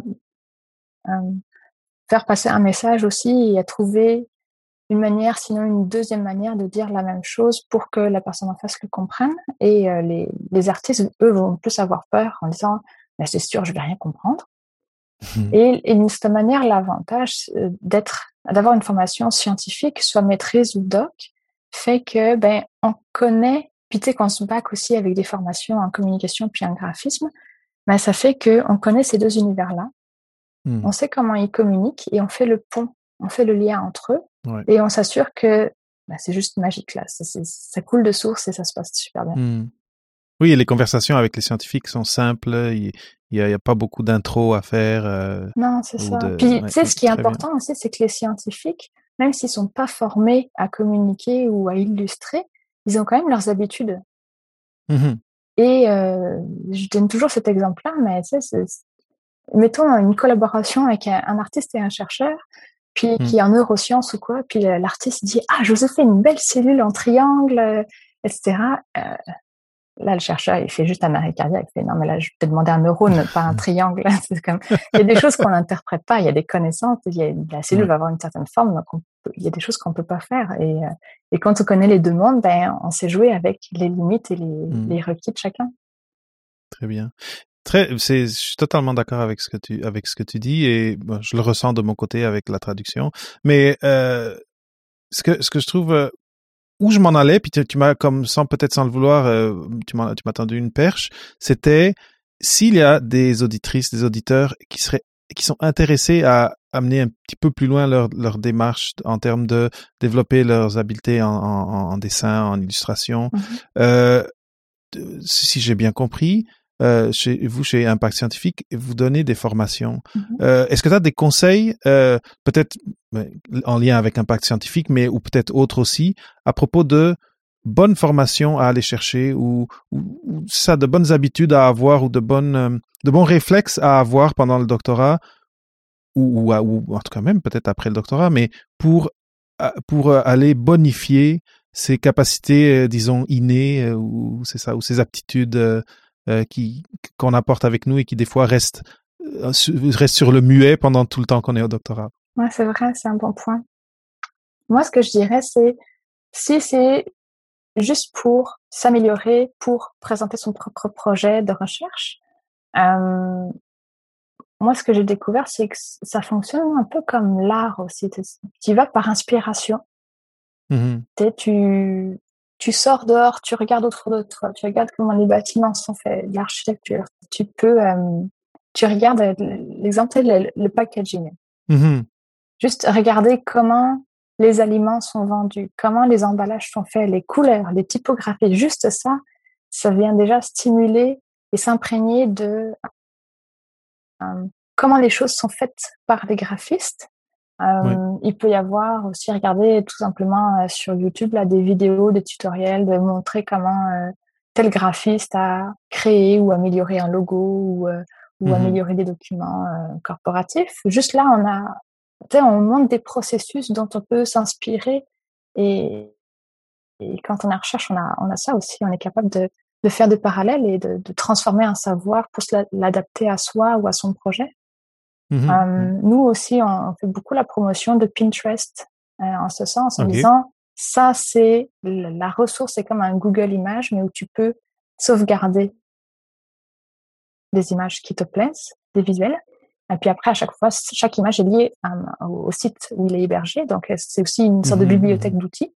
faire passer un message aussi et à trouver une manière, sinon une deuxième manière de dire la même chose pour que la personne en face le comprenne. Et les artistes, eux, vont plus avoir peur en disant « c'est sûr, je vais rien comprendre ». Et d'une certaine manière, l'avantage d'avoir une formation scientifique, soit maîtrise ou doc, fait que on connaît, puis tu sais qu'on se back aussi avec des formations en communication puis en graphisme, ça fait que on connaît ces deux univers-là, on sait comment ils communiquent et on fait le pont, on fait le lien entre eux et on s'assure que c'est juste magique là, ça coule de source et ça se passe super bien. Oui, et les conversations avec les scientifiques sont simples. Il y a pas beaucoup d'intro à faire. Non, c'est ça. Puis, tu sais, ce qui est important aussi, c'est que les scientifiques, même s'ils sont pas formés à communiquer ou à illustrer, ils ont quand même leurs habitudes. Et je donne toujours cet exemple-là, mais tu sais, mettons une collaboration avec un artiste et un chercheur, puis qui est en neurosciences ou quoi, puis l'artiste dit « Ah, je vous ai fait une belle cellule en triangle, etc. » Là, le chercheur, il fait juste un arrêt cardiaque. Il fait, non, mais là, je vais te demander un neurone, pas un triangle. C'est comme, il y a des choses qu'on n'interprète pas. Il y a des connaissances. La cellule va avoir une certaine forme. Donc, il y a des choses qu'on peut pas faire. Et quand on connaît les deux mondes, on sait jouer avec les limites et les requis de chacun. Très bien. Je suis totalement d'accord avec ce que tu dis et bon, je le ressens de mon côté avec la traduction. Mais ce que je trouve où je m'en allais, puis tu m'as comme peut-être sans le vouloir, tu m'as tendu une perche. C'était s'il y a des auditrices, des auditeurs qui sont intéressés à amener un petit peu plus loin leur démarche en termes de développer leurs habiletés en dessin, en illustration. Si j'ai bien compris, chez Impact Scientifique, vous donnez des formations. Est-ce que tu as des conseils, peut-être en lien avec Impact Scientifique, mais ou peut-être autres aussi, à propos de bonnes formations à aller chercher ou ça, de bonnes habitudes à avoir ou de bons réflexes à avoir pendant le doctorat ou en tout cas même peut-être après le doctorat, mais pour aller bonifier ses capacités, disons, innées, ou c'est ça, ou ses aptitudes qu'on apporte avec nous et qui des fois restent sur le muet pendant tout le temps qu'on est au doctorat. Ouais, c'est vrai, c'est un bon point. Moi, ce que je dirais, c'est si c'est juste pour s'améliorer, pour présenter son propre projet de recherche, moi, ce que j'ai découvert, c'est que ça fonctionne un peu comme l'art aussi. Tu vas par inspiration. Tu sors dehors, tu regardes autour de toi, tu regardes comment les bâtiments sont faits, l'architecture. Tu regardes l'exemple, le packaging. Juste regarder comment les aliments sont vendus, comment les emballages sont faits, les couleurs, les typographies. Juste ça vient déjà stimuler et s'imprégner de comment les choses sont faites par les graphistes. Oui. Il peut y avoir aussi, regarder tout simplement sur YouTube là, des vidéos, des tutoriels, de montrer comment tel graphiste a créé ou amélioré un logo ou amélioré des documents corporatifs. Juste là, on montre des processus dont on peut s'inspirer et quand on est en recherche, on a ça aussi. On est capable de faire des parallèles et de transformer un savoir pour l'adapter à soi ou à son projet. Nous aussi, on fait beaucoup la promotion de Pinterest en ce sens, en disant ça, c'est la ressource, c'est comme un Google Images, mais où tu peux sauvegarder des images qui te plaisent, des visuels. Et puis après, à chaque fois, chaque image est liée au site où il est hébergé. Donc, c'est aussi une sorte de bibliothèque d'outils.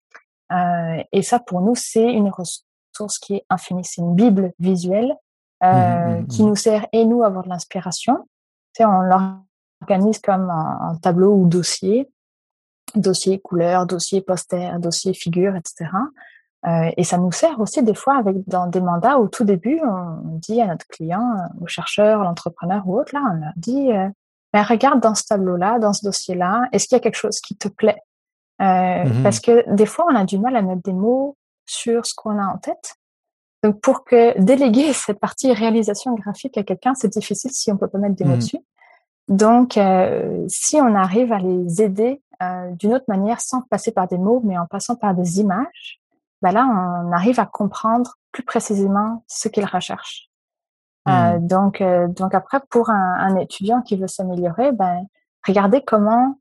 Et ça, pour nous, c'est une ressource qui est infinie. C'est une bible visuelle qui nous sert, et nous, à avoir de l'inspiration. On l'organise comme un tableau ou dossier couleur, dossier poster, dossier figure, etc. Et ça nous sert aussi des fois dans des mandats au tout début, on dit à notre client, au chercheur, l'entrepreneur ou autre, là, on leur dit regarde dans ce tableau-là, dans ce dossier-là, est-ce qu'il y a quelque chose qui te plaît? Parce que des fois, on a du mal à mettre des mots sur ce qu'on a en tête. Donc, pour que déléguer cette partie réalisation graphique à quelqu'un, c'est difficile si on peut pas mettre des mots dessus. Donc, si on arrive à les aider d'une autre manière, sans passer par des mots, mais en passant par des images, là, on arrive à comprendre plus précisément ce qu'ils recherchent. Donc après, pour un étudiant qui veut s'améliorer, regardez comment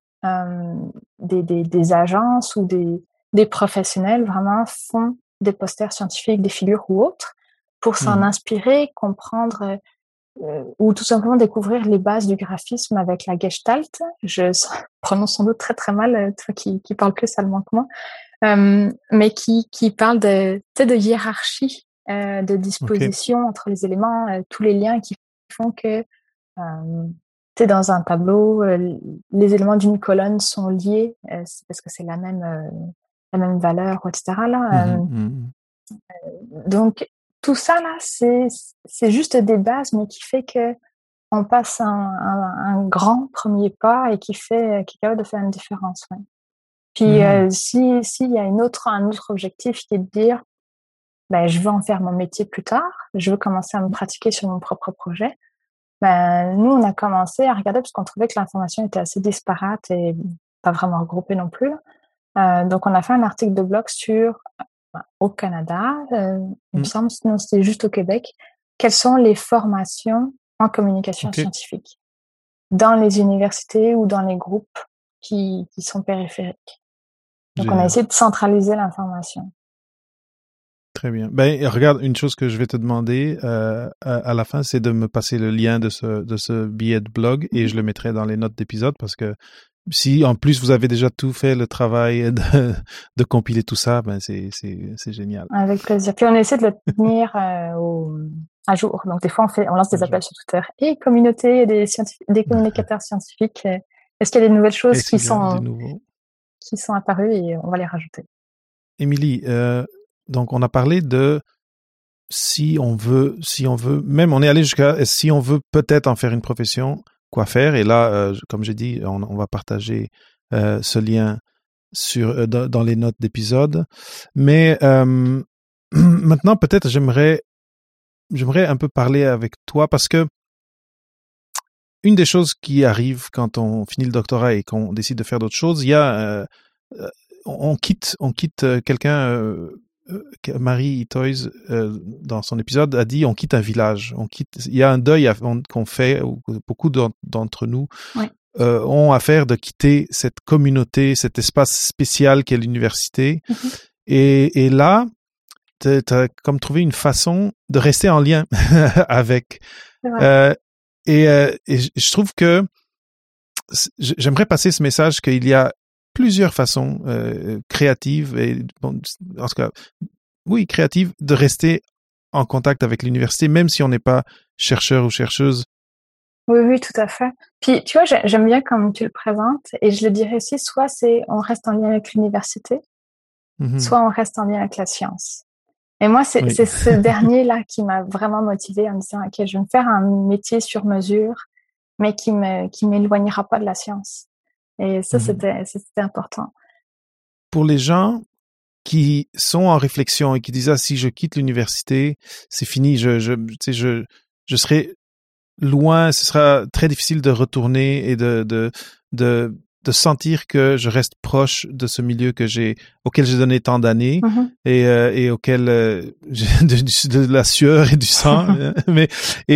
des agences ou des professionnels vraiment font des posters scientifiques, des figures ou autres, pour s'en inspirer, comprendre ou tout simplement découvrir les bases du graphisme avec la Gestalt. Je prononce sans doute très très mal, toi qui parles plus allemand que moi, mais qui parle de hiérarchie, de disposition entre les éléments, tous les liens qui font que dans un tableau, les éléments d'une colonne sont liés parce que c'est la même valeur, etc. Là, donc tout ça là, c'est juste des bases, mais qui fait que on passe un grand premier pas et qui est capable de faire une différence. Ouais. Puis s'il y a un autre objectif qui est de dire, je veux en faire mon métier plus tard, je veux commencer à me pratiquer sur mon propre projet. Nous, on a commencé à regarder parce qu'on trouvait que l'information était assez disparate et pas vraiment regroupée non plus. Donc, on a fait un article de blog sur au Canada, il me semble, sinon c'était juste au Québec, quelles sont les formations en communication scientifique dans les universités ou dans les groupes qui sont périphériques. Donc, on a essayé de centraliser l'information. Très bien. Ben, regarde, une chose que je vais te demander à la fin, c'est de me passer le lien de ce billet de blog et je le mettrai dans les notes d'épisode parce que si en plus vous avez déjà tout fait le travail de compiler tout ça, ben c'est génial. Avec plaisir. Puis on essaie de le tenir à jour. Donc des fois on lance des appels sur Twitter et communauté des communicateurs scientifiques. Est-ce qu'il y a des nouvelles choses qui sont apparues et on va les rajouter. Émilie, donc on a parlé de si on veut, même on est allé jusqu'à si on veut peut-être en faire une profession, quoi faire. Et là, comme j'ai dit, on va partager ce lien dans les notes d'épisode. Mais maintenant, peut-être j'aimerais un peu parler avec toi parce que une des choses qui arrive quand on finit le doctorat et qu'on décide de faire d'autres choses, il y a on quitte quelqu'un. Marie Itoiz, dans son épisode, a dit on quitte un village, il y a un deuil qu'on fait, beaucoup d'entre nous ont à faire de quitter cette communauté, cet espace spécial qu'est l'université. Et là, t'as comme trouvé une façon de rester en lien avec. Et je trouve que j'aimerais passer ce message qu'il y a plusieurs façons créatives et bon, en tout cas, oui, créatives de rester en contact avec l'université, même si on n'est pas chercheur ou chercheuse. Oui, tout à fait. Puis, tu vois, j'aime bien comme tu le présentes, et je le dirais aussi, soit on reste en lien avec l'université, soit on reste en lien avec la science. Et moi, c'est ce dernier-là qui m'a vraiment motivée en me disant, OK, je vais me faire un métier sur mesure, mais qui m'éloignera pas de la science. Et ça, c'était important. Pour les gens qui sont en réflexion et qui disent si je quitte l'université, c'est fini, je serai loin, ce sera très difficile de retourner et de sentir que je reste proche de ce milieu auquel j'ai donné tant d'années et auquel de la sueur et du sang. mais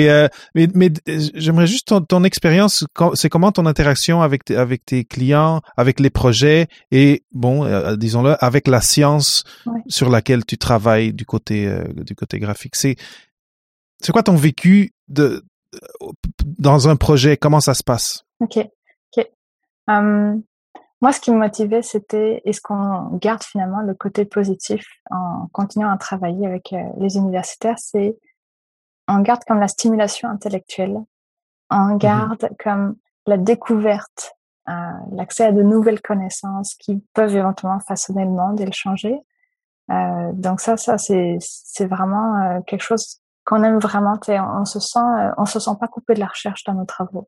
j'aimerais juste ton expérience, c'est comment ton interaction avec tes clients, avec les projets et bon, disons-le, avec la science sur laquelle tu travailles du côté graphique. C'est quoi ton vécu dans un projet? Comment ça se passe? Ok. Moi, ce qui me motivait, c'était est-ce qu'on garde finalement le côté positif en continuant à travailler avec les universitaires, c'est on garde comme la stimulation intellectuelle, on garde comme la découverte, l'accès à de nouvelles connaissances qui peuvent éventuellement façonner le monde et le changer. Donc ça c'est vraiment quelque chose qu'on aime vraiment. On se sent pas coupé de la recherche dans nos travaux.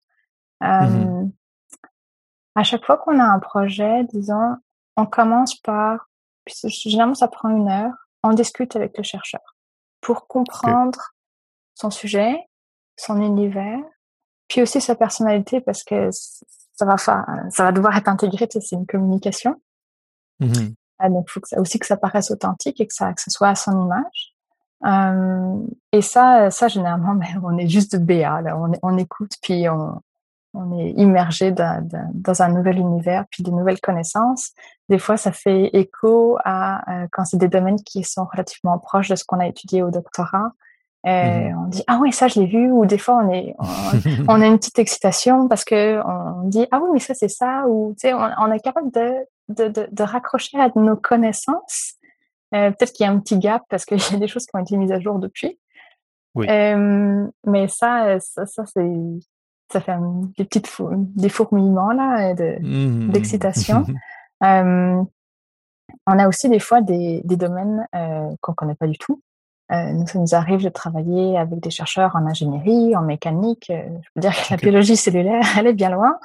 À chaque fois qu'on a un projet, disons, on commence par, généralement ça prend 1 heure, on discute avec le chercheur pour comprendre son sujet, son univers, puis aussi sa personnalité parce que ça va devoir être intégré, c'est une communication. Donc il faut aussi que ça paraisse authentique et que ça soit à son image. Et ça généralement, on est juste de BA, là, on écoute puis on est immergé dans un nouvel univers, puis de nouvelles connaissances. Des fois, ça fait écho à quand c'est des domaines qui sont relativement proches de ce qu'on a étudié au doctorat. On dit ah oui, ça je l'ai vu. Ou des fois, on a une petite excitation parce que on dit ah oui, mais ça c'est ça. Ou tu sais, on est capable de raccrocher à nos connaissances. Peut-être qu'il y a un petit gap parce qu'il y a des choses qui ont été mises à jour depuis. Oui. Mais ça c'est ça fait des fourmillements là d'excitation. On a aussi des fois des domaines qu'on connaît pas du tout. Ça nous arrive de travailler avec des chercheurs en ingénierie, en mécanique. Je peux dire que la biologie cellulaire, elle est bien loin.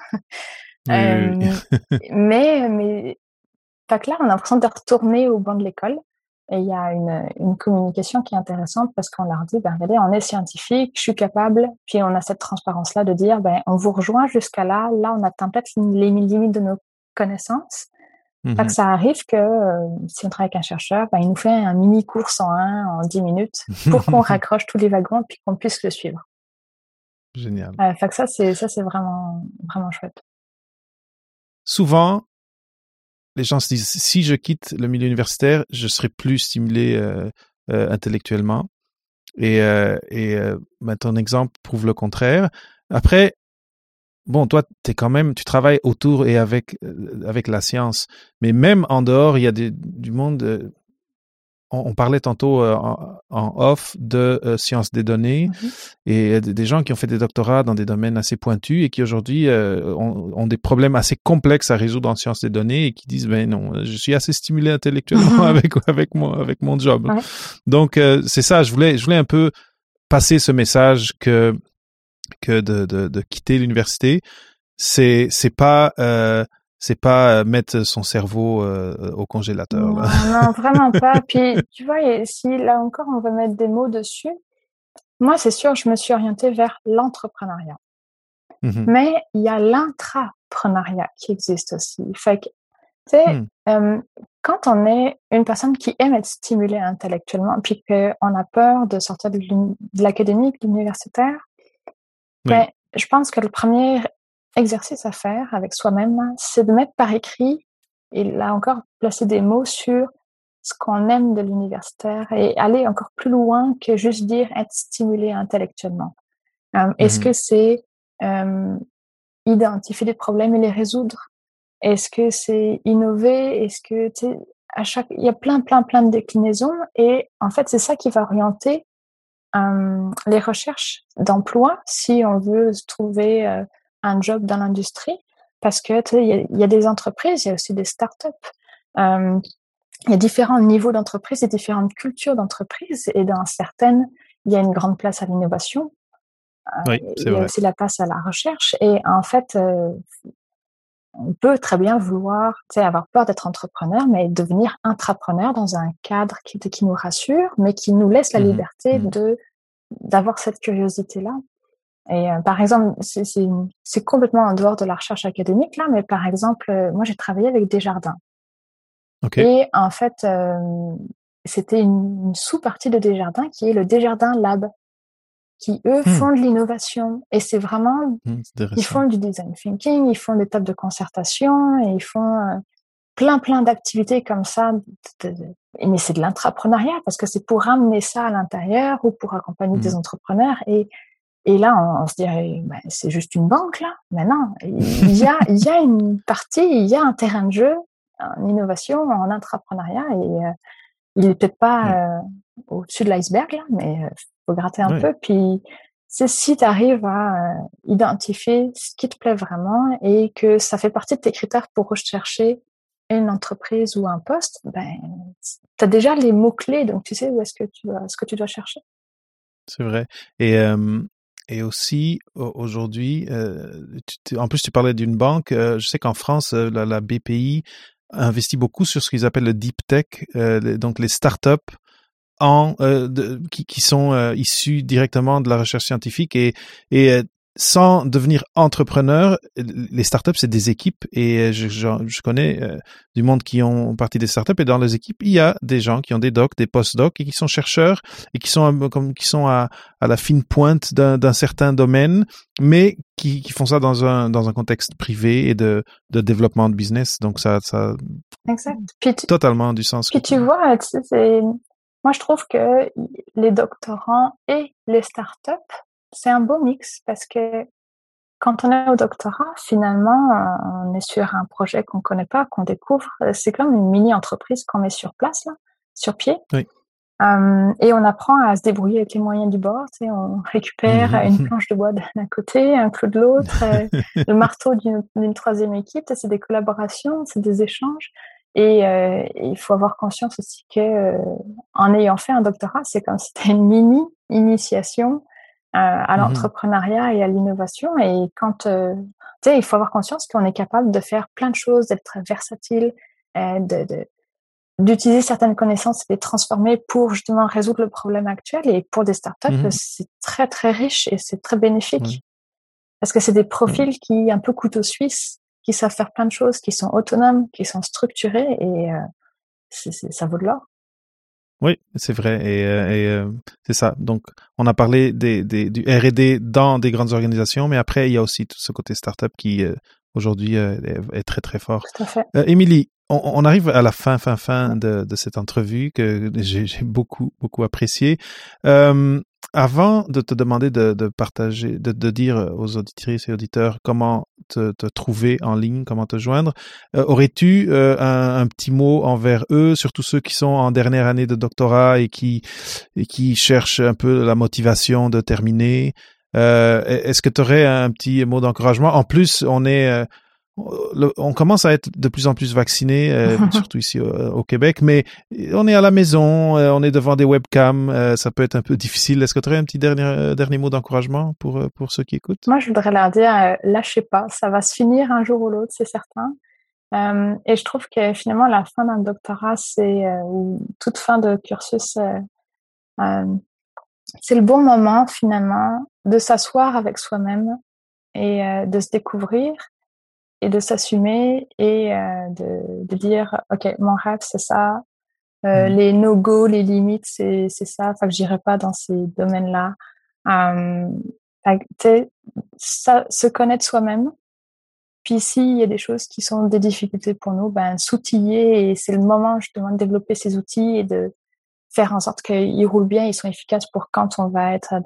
Mais fait que là, on a l'impression de retourner au banc de l'école. Et il y a une communication qui est intéressante parce qu'on leur dit, regardez, on est scientifique, je suis capable, puis on a cette transparence-là de dire, on vous rejoint jusqu'à là, on atteint peut-être les limites de nos connaissances. Fait que ça arrive que si on travaille avec un chercheur, il nous fait un mini cours 101 en 10 minutes pour qu'on raccroche tous les wagons puis qu'on puisse le suivre. Génial. Fait que ça c'est vraiment, vraiment chouette. Souvent, les gens se disent, si je quitte le milieu universitaire, je serai plus stimulé intellectuellement. Et ton exemple prouve le contraire. Après, bon, toi, tu travailles autour et avec la science, mais même en dehors, il y a du monde. On parlait tantôt en off de sciences des données et des gens qui ont fait des doctorats dans des domaines assez pointus et qui aujourd'hui ont des problèmes assez complexes à résoudre en sciences des données et qui disent ben non, je suis assez stimulé intellectuellement avec mon job. Ouais. Donc c'est ça, je voulais un peu passer ce message que de quitter l'université, c'est pas mettre son cerveau au congélateur. Là. Non, vraiment pas. Puis, tu vois, si là encore, on veut mettre des mots dessus, moi, c'est sûr, je me suis orientée vers l'entrepreneuriat. Mais il y a l'intrapreneuriat qui existe aussi. Fait que, tu sais, quand on est une personne qui aime être stimulée intellectuellement, puis qu'on a peur de sortir de l'académique, de l'universitaire, ben, je pense que le premier exercice à faire avec soi-même, c'est de mettre par écrit et là encore placer des mots sur ce qu'on aime de l'universitaire et aller encore plus loin que juste dire être stimulé intellectuellement. Est-ce que c'est identifier des problèmes et les résoudre? Est-ce que c'est innover? Est-ce que il y a plein de déclinaisons et en fait c'est ça qui va orienter les recherches d'emploi si on veut trouver un job dans l'industrie, parce que il y a des entreprises, il y a aussi des startups. Il y a différents niveaux d'entreprise et différentes cultures d'entreprise, et dans certaines, il y a une grande place à l'innovation. Oui, il y a aussi la place à la recherche. Et en fait, on peut très bien vouloir avoir peur d'être entrepreneur, mais devenir intrapreneur dans un cadre qui nous rassure, mais qui nous laisse la liberté d'avoir cette curiosité-là. Et par exemple, c'est complètement en dehors de la recherche académique là, mais par exemple, moi j'ai travaillé avec Desjardins. Okay. Et en fait, c'était une sous-partie de Desjardins qui est le Desjardins Lab, qui eux font de l'innovation. Et c'est vraiment, ils font du design thinking, ils font des tables de concertation, et ils font plein d'activités comme ça. Mais c'est de l'intrapreneuriat parce que c'est pour ramener ça à l'intérieur ou pour accompagner des entrepreneurs. Et là, on se dirait, ben, c'est juste une banque, là. Mais non, il y a une partie, il y a un terrain de jeu en innovation, en intrapreneuriat, et il est peut-être pas au-dessus de l'iceberg, là, mais faut gratter un peu. Puis, si tu arrives à identifier ce qui te plaît vraiment et que ça fait partie de tes critères pour rechercher une entreprise ou un poste, ben, tu as déjà les mots-clés, donc tu sais où est-ce que tu dois chercher. C'est vrai. Et aussi, aujourd'hui, en plus, tu parlais d'une banque. Je sais qu'en France, la BPI investit beaucoup sur ce qu'ils appellent le deep tech, donc les startups qui sont issus directement de la recherche scientifique et sans devenir entrepreneur. Les startups, c'est des équipes et je connais du monde qui ont parti des startups et dans les équipes, il y a des gens qui ont des docs, des post-docs et qui sont chercheurs et qui sont à la fine pointe d'un certain domaine, mais qui font ça dans un contexte privé et de développement de business. Donc ça exact. Puis totalement du sens. Puis tu vois, moi je trouve que les doctorants et les startups, c'est un beau mix parce que quand on est au doctorat, finalement, on est sur un projet qu'on connaît pas, qu'on découvre. C'est comme une mini-entreprise qu'on met sur place, là, sur pied. Oui. Et on apprend à se débrouiller avec les moyens du bord. Tu sais, on récupère une planche de bois d'un côté, un clou de l'autre, le marteau d'une troisième équipe. C'est des collaborations, c'est des échanges. Et il faut avoir conscience aussi que en ayant fait un doctorat, c'est comme si c'était une mini-initiation à l'entrepreneuriat et à l'innovation. Et quand tu sais, il faut avoir conscience qu'on est capable de faire plein de choses, d'être versatile, d'utiliser certaines connaissances et de les transformer pour justement résoudre le problème actuel. Et pour des startups, c'est très très riche et c'est très bénéfique parce que c'est des profils qui un peu couteau suisse, qui savent faire plein de choses, qui sont autonomes, qui sont structurés, et ça vaut de l'or. Oui, c'est vrai, et c'est ça. Donc, on a parlé du R&D dans des grandes organisations, mais après, il y a aussi tout ce côté startup qui aujourd'hui est très très fort. Tout à fait. Émilie, on arrive à la fin de cette entrevue que j'ai beaucoup appréciée. Avant de te demander de partager, de dire aux auditrices et auditeurs comment te trouver en ligne, comment te joindre, aurais-tu un petit mot envers eux, surtout ceux qui sont en dernière année de doctorat et qui cherchent un peu la motivation de terminer? Est-ce que tu aurais un petit mot d'encouragement? En plus, on commence à être de plus en plus vaccinés, surtout ici au Québec, mais on est à la maison, on est devant des webcams, ça peut être un peu difficile. Est-ce que tu aurais un petit dernier mot d'encouragement pour ceux qui écoutent? Moi, je voudrais leur dire, lâchez pas, ça va se finir un jour ou l'autre, c'est certain. Et je trouve que finalement, la fin d'un doctorat, ou toute fin de cursus, c'est le bon moment finalement de s'asseoir avec soi-même et de se découvrir et de s'assumer et de dire ok, mon rêve c'est ça, les no-go, les limites c'est ça, enfin que j'irai pas dans ces domaines-là. Ça, se connaître soi-même. Puis s'il y a des choses qui sont des difficultés pour nous, s'outiller, et c'est le moment justement de développer ces outils et de faire en sorte qu'ils roulent bien, ils sont efficaces pour quand on va être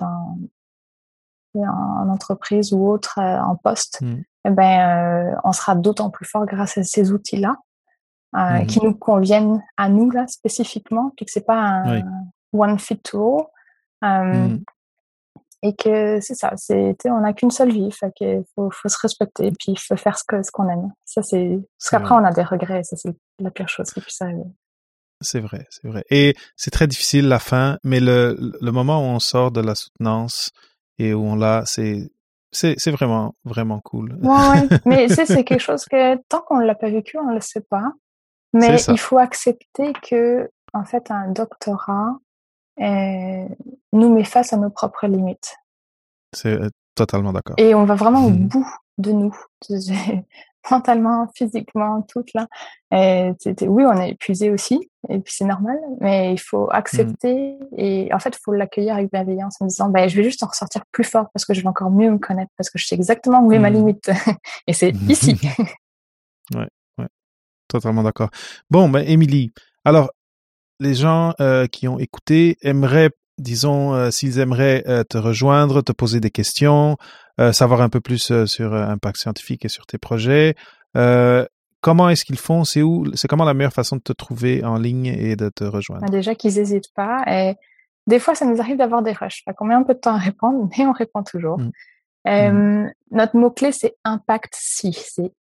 en entreprise ou autre, en poste. On sera d'autant plus fort grâce à ces outils-là, qui nous conviennent à nous là spécifiquement, puis que c'est pas un one fit to all. Et que c'est ça, on n'a qu'une seule vie, fait qu'il faut se respecter, puis il faut faire ce qu'on aime. Ça, parce qu'après, on a des regrets, ça, c'est la pire chose qui puisse arriver. C'est vrai. Et c'est très difficile, la fin, mais le moment où on sort de la soutenance et où on l'a, c'est vraiment, vraiment cool. Ouais. Mais c'est quelque chose que, tant qu'on l'a pas vécu, on le sait pas. Mais il faut accepter que, en fait, un doctorat, nous met face à nos propres limites. C'est totalement d'accord. Et on va vraiment au bout de nous, mentalement, physiquement, tout là. Oui, on est épuisé aussi, et puis c'est normal, mais il faut accepter et en fait, il faut l'accueillir avec bienveillance en disant, je vais juste en ressortir plus fort parce que je vais encore mieux me connaître, parce que je sais exactement où est ma limite et c'est ici. Ouais, totalement d'accord. Bon, Émilie, alors les gens qui ont écouté aimeraient, disons, s'ils aimeraient te rejoindre, te poser des questions, savoir un peu plus sur Impact Scientifique et sur tes projets. Comment est-ce qu'ils font? C'est comment la meilleure façon de te trouver en ligne et de te rejoindre? Déjà qu'ils n'hésitent pas. Et des fois, ça nous arrive d'avoir des rushs. On met un peu de temps à répondre, mais on répond toujours. Notre mot-clé, c'est ImpactSci. C'est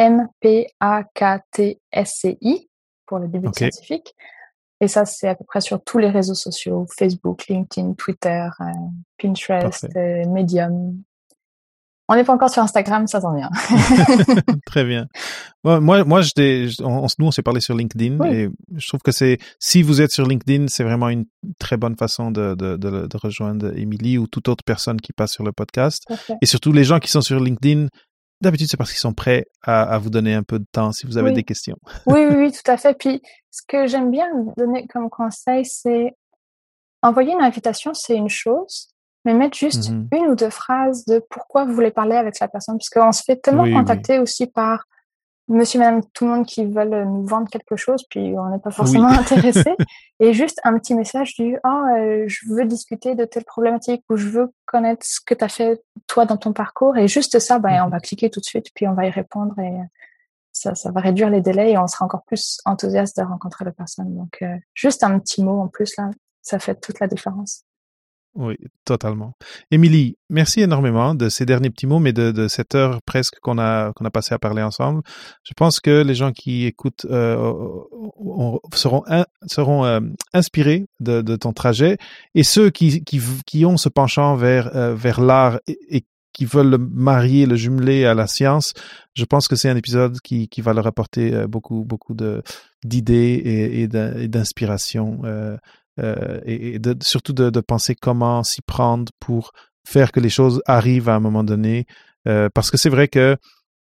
IMPAKTSCI pour le début de scientifique. Et ça, c'est à peu près sur tous les réseaux sociaux, Facebook, LinkedIn, Twitter, Pinterest, Medium. On n'est pas encore sur Instagram, ça s'en vient. Très bien. Moi, nous, on s'est parlé sur LinkedIn et je trouve que si vous êtes sur LinkedIn, c'est vraiment une très bonne façon de rejoindre Émilie ou toute autre personne qui passe sur le podcast. Et surtout, les gens qui sont sur LinkedIn, d'habitude, c'est parce qu'ils sont prêts à vous donner un peu de temps si vous avez des questions. Oui, tout à fait. Puis, ce que j'aime bien donner comme conseil, c'est envoyer une invitation, c'est une chose, mais mettre juste une ou deux phrases de pourquoi vous voulez parler avec la personne, parce qu'on se fait tellement contacter aussi par monsieur, madame, tout le monde qui veulent nous vendre quelque chose, puis on n'est pas forcément intéressé. Et juste un petit message du je veux discuter de telle problématique ou je veux connaître ce que tu as fait toi dans ton parcours. Et juste ça, on va cliquer tout de suite, puis on va y répondre et ça va réduire les délais et on sera encore plus enthousiaste de rencontrer la personne. Donc juste un petit mot en plus là, ça fait toute la différence. Oui, totalement. Émilie, merci énormément de ces derniers petits mots, mais de cette heure presque qu'on a passé à parler ensemble. Je pense que les gens qui écoutent seront inspirés de ton trajet, et ceux qui ont ce penchant vers l'art et qui veulent le marier, le jumeler à la science, je pense que c'est un épisode qui va leur apporter beaucoup d'idées et d'inspiration. Et surtout de penser comment s'y prendre pour faire que les choses arrivent à un moment donné, parce que c'est vrai que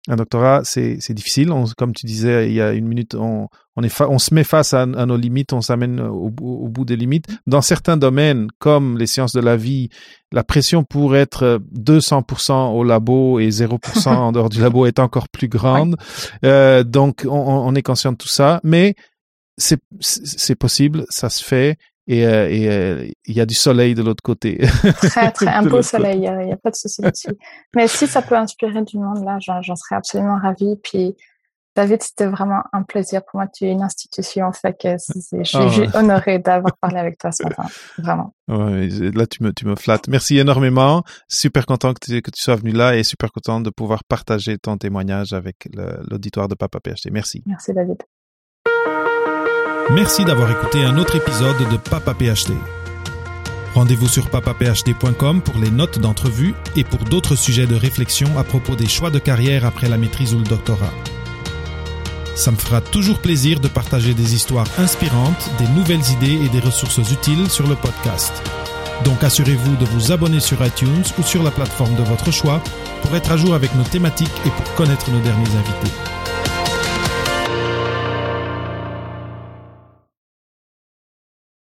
Un doctorat, c'est difficile. Comme tu disais il y a une minute, on se met face à nos limites, on s'amène au bout des limites. Dans certains domaines, comme les sciences de la vie, la pression pour être 200% au labo et 0% en dehors du labo est encore plus grande. Ouais. Donc, on est conscient de tout ça, mais c'est possible, ça se fait. Et il y a du soleil de l'autre côté. Très, un beau soleil, il y a pas de souci là-dessus. Mais si ça peut inspirer du monde, là, j'en serais absolument ravie. Puis, David, c'était vraiment un plaisir pour moi. Tu es une institution, fait que je suis honorée d'avoir parlé avec toi ce matin. Vraiment. Ouais, là, tu me flattes. Merci énormément. Super content que tu sois venu là et super content de pouvoir partager ton témoignage avec l'auditoire de Papa PhD. Merci. Merci, David. Merci d'avoir écouté un autre épisode de Papa PhD. Rendez-vous sur papaphd.com pour les notes d'entrevue et pour d'autres sujets de réflexion à propos des choix de carrière après la maîtrise ou le doctorat. Ça me fera toujours plaisir de partager des histoires inspirantes, des nouvelles idées et des ressources utiles sur le podcast. Donc assurez-vous de vous abonner sur iTunes ou sur la plateforme de votre choix pour être à jour avec nos thématiques et pour connaître nos derniers invités.